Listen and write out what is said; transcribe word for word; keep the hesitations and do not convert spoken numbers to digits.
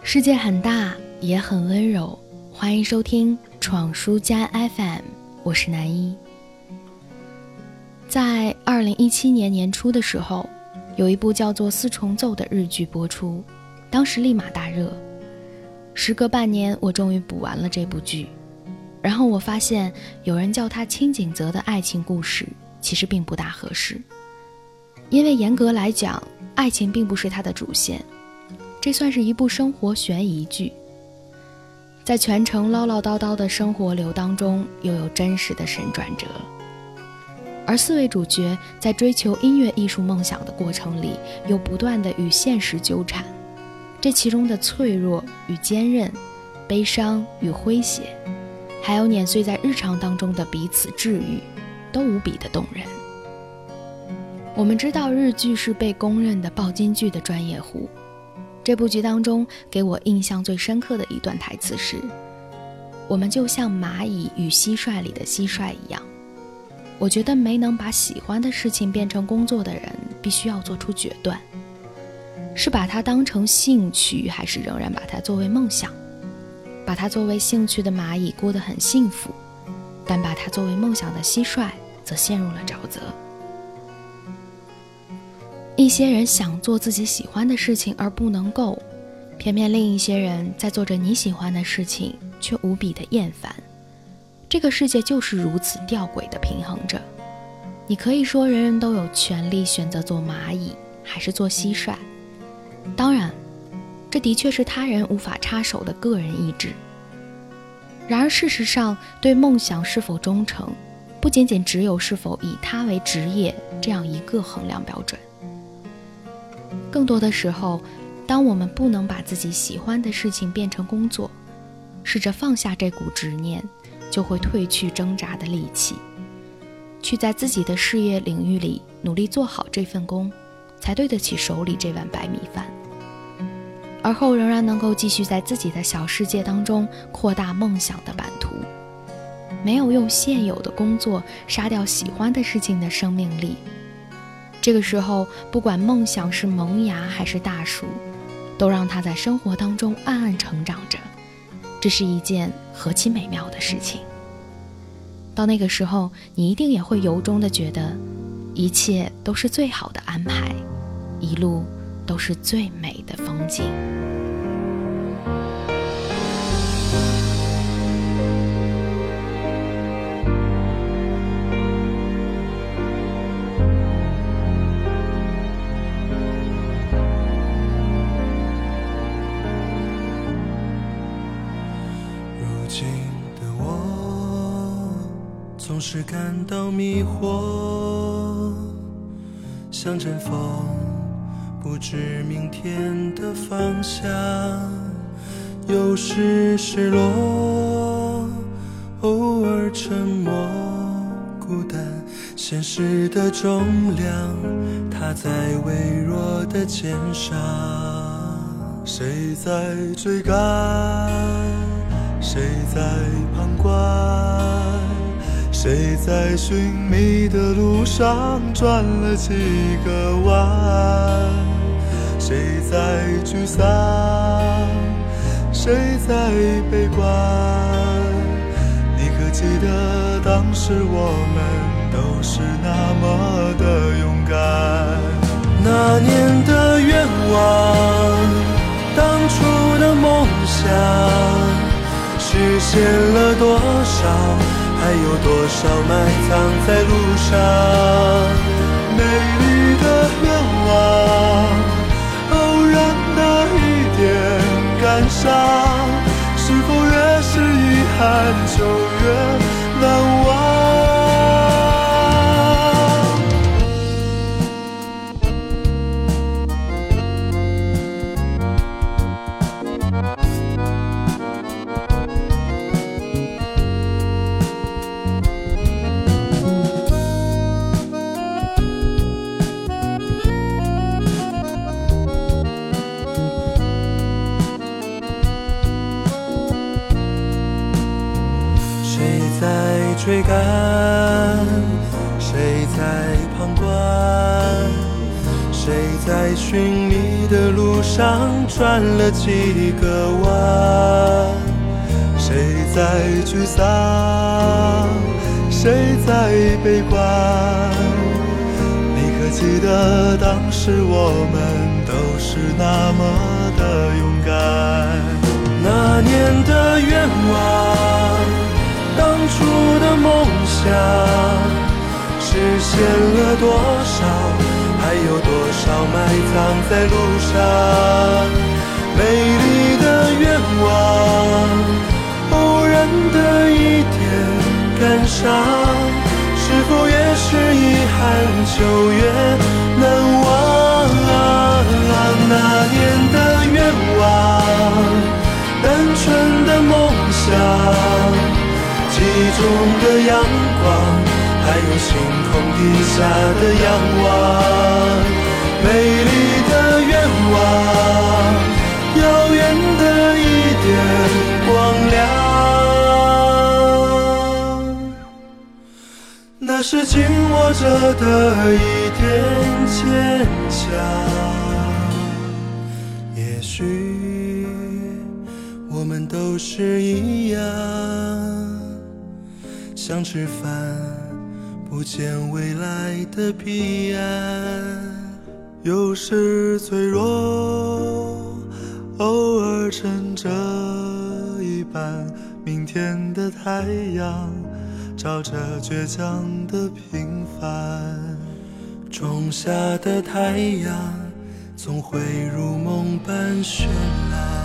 世界很大，也很温柔，欢迎收听闯书家 F M， 我是南一。在二零一七年年初的时候，有一部叫做《四重奏》的日剧播出，当时立马大热。时隔半年，我终于补完了这部剧，然后我发现有人叫它清井泽的爱情故事，其实并不大合适，因为严格来讲，爱情并不是它的主线，这算是一部生活悬疑剧。在全程唠唠叨叨的生活流当中，又有真实的神转折。而四位主角在追求音乐艺术梦想的过程里，又不断地与现实纠缠，这其中的脆弱与坚韧，悲伤与诙谐，还有碾碎在日常当中的彼此治愈，都无比的动人。我们知道日剧是被公认的抱金剧的专业户，这部剧当中给我印象最深刻的一段台词是：我们就像蚂蚁与蟋蟀里的蟋蟀一样。我觉得没能把喜欢的事情变成工作的人，必须要做出决断，是把它当成兴趣，还是仍然把它作为梦想。把它作为兴趣的蚂蚁过得很幸福，但把它作为梦想的蟋蟀则陷入了沼泽。一些人想做自己喜欢的事情而不能够，偏偏另一些人在做着你喜欢的事情却无比的厌烦。这个世界就是如此吊诡地平衡着。你可以说人人都有权利选择做蚂蚁还是做蟋蟀，当然这的确是他人无法插手的个人意志。然而事实上，对梦想是否忠诚，不仅仅只有是否以它为职业这样一个衡量标准。更多的时候，当我们不能把自己喜欢的事情变成工作，试着放下这股执念，就会褪去挣扎的力气，去在自己的事业领域里努力做好这份工，才对得起手里这碗白米饭。而后仍然能够继续在自己的小世界当中扩大梦想的版图，没有用现有的工作杀掉喜欢的事情的生命力。这个时候，不管梦想是萌芽还是大树，都让它在生活当中暗暗成长着，这是一件何其美妙的事情。到那个时候，你一定也会由衷地觉得，一切都是最好的安排，一路都是最美的风景。 总是感到迷惑，像阵风，不知明天的方向。有时失落，偶尔沉默，孤单。现实的重量，它在微弱的肩上。谁在追赶？谁在旁观？谁在寻觅的路上转了几个弯？谁在沮丧？谁在悲观？你可记得当时我们都是那么的勇敢？那年的愿望，当初的梦想，实现了多少？还有多少埋藏在路上？美丽的愿望，偶然的一点感伤，是否越是遗憾就越难忘？追赶，谁在旁观？谁在寻你的路上转了几个弯？谁在沮丧？谁在悲观？你可记得当时我们都是那么的勇敢？那年的愿望，当初的梦想，实现了多少？还有多少埋藏在路上？美丽的愿望，偶然的一点感伤，是否也是遗憾，久远难忘？那年的愿望，单纯的梦想，记忆中的阳光，还有星空底下的仰望，美丽的愿望，遥远的一点光亮，那是紧握着的一点坚强。也许我们都是一样，想吃饭不见未来的彼岸，有时脆弱，偶尔撑着一半明天的太阳，照着倔强的平凡。种下的太阳总会如梦般绚烂。